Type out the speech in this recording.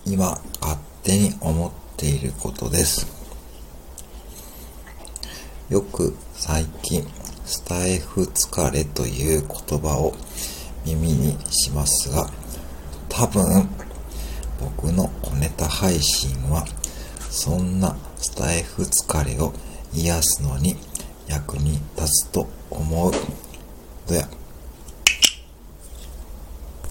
今勝手に思っていることです。よく最近スタイフ疲れという言葉を耳にしますが、多分僕の小ネタ配信はそんなスタイフ疲れを癒すのに役に立つと思う。どや。